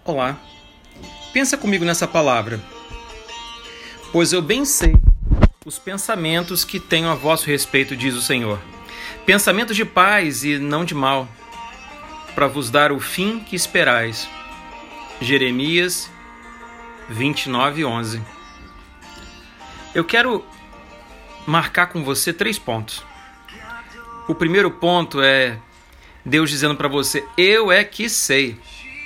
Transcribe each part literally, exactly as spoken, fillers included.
Olá, pensa comigo nessa palavra. Pois eu bem sei os pensamentos que tenho a vosso respeito, diz o Senhor. Pensamentos de paz e não de mal, para vos dar o fim que esperais. Jeremias vinte e nove, onze. Eu quero marcar com você três pontos. O primeiro ponto é Deus dizendo para você: eu é que sei.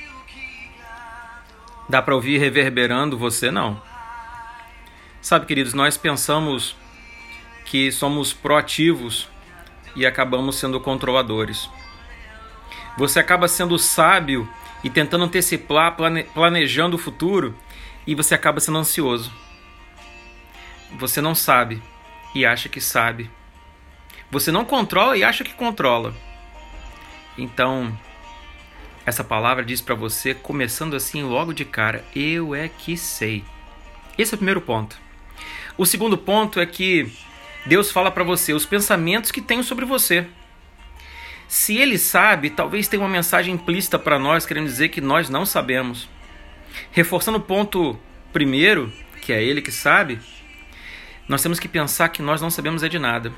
Dá para ouvir reverberando você? Não. Sabe, queridos, nós pensamos que somos proativos e acabamos sendo controladores. Você acaba sendo sábio e tentando antecipar, plane- planejando o futuro, e você acaba sendo ansioso. Você não sabe e acha que sabe. Você não controla e acha que controla. Então, essa palavra diz para você, começando assim logo de cara: eu é que sei. Esse é o primeiro ponto. O segundo ponto é que Deus fala para você os pensamentos que tenho sobre você. Se Ele sabe, talvez tenha uma mensagem implícita para nós, querendo dizer que nós não sabemos. Reforçando o ponto primeiro, que é Ele que sabe, nós temos que pensar que nós não sabemos é de nada.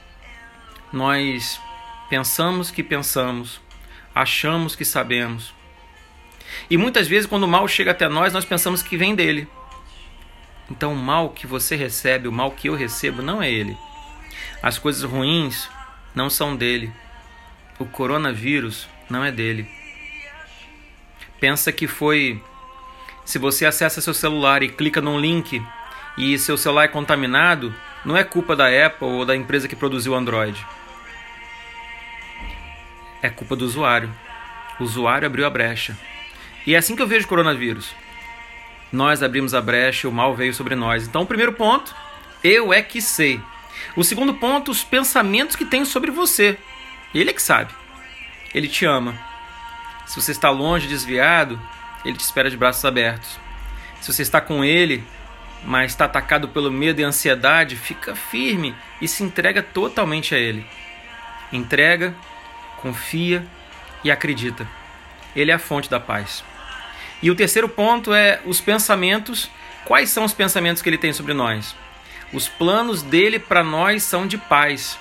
Nós pensamos que pensamos, achamos que sabemos. E muitas vezes, quando o mal chega até nós, nós pensamos que vem dele. Então o mal que você recebe, o mal que eu recebo, não é ele. As coisas ruins não são dele. O coronavírus não é dele. Pensa que foi... Se você acessa seu celular e clica num link e seu celular é contaminado, não é culpa da Apple ou da empresa que produziu o Android. É culpa do usuário. O usuário abriu a brecha. E é assim que eu vejo o coronavírus. Nós abrimos a brecha e o mal veio sobre nós. Então, o primeiro ponto, eu é que sei. O segundo ponto, os pensamentos que tenho sobre você. Ele é que sabe. Ele te ama. Se você está longe, desviado, ele te espera de braços abertos. Se você está com ele, mas está atacado pelo medo e ansiedade, fica firme e se entrega totalmente a ele. Entrega, confia e acredita. Ele é a fonte da paz. E o terceiro ponto é os pensamentos. Quais são os pensamentos que ele tem sobre nós? Os planos dele para nós são de paz.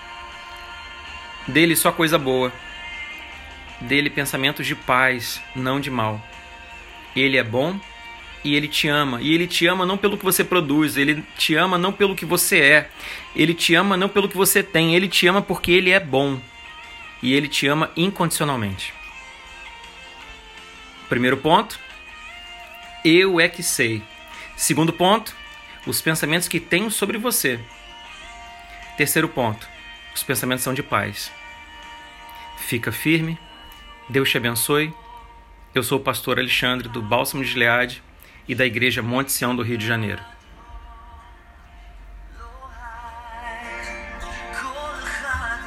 Dele só coisa boa. Dele pensamentos de paz, não de mal. Ele é bom e ele te ama. E ele te ama não pelo que você produz. Ele te ama não pelo que você é. Ele te ama não pelo que você tem. Ele te ama porque ele é bom. E ele te ama incondicionalmente. Primeiro ponto, eu é que sei. Segundo ponto, os pensamentos que tenho sobre você. Terceiro ponto, os pensamentos são de paz. Fica firme, Deus te abençoe. Eu sou o pastor Alexandre, do Bálsamo de Gileade e da Igreja Monte Sião do Rio de Janeiro.